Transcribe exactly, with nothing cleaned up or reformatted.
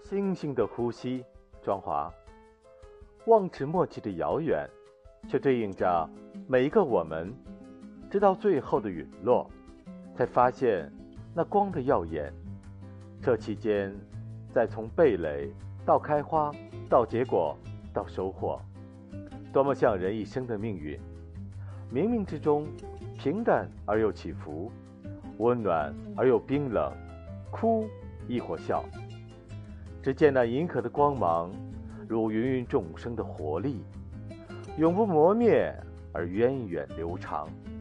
星星的呼吸，庄华。望尘莫及的遥远，却对应着每一个我们，直到最后的陨落，才发现那光的耀眼。这期间，再从蓓蕾到开花，到结果，到收获，多么像人一生的命运。冥冥之中，平淡而又起伏，温暖而又冰冷，哭亦或笑。只见那银河的光芒，如芸芸众生的活力，永不磨灭而源远流长。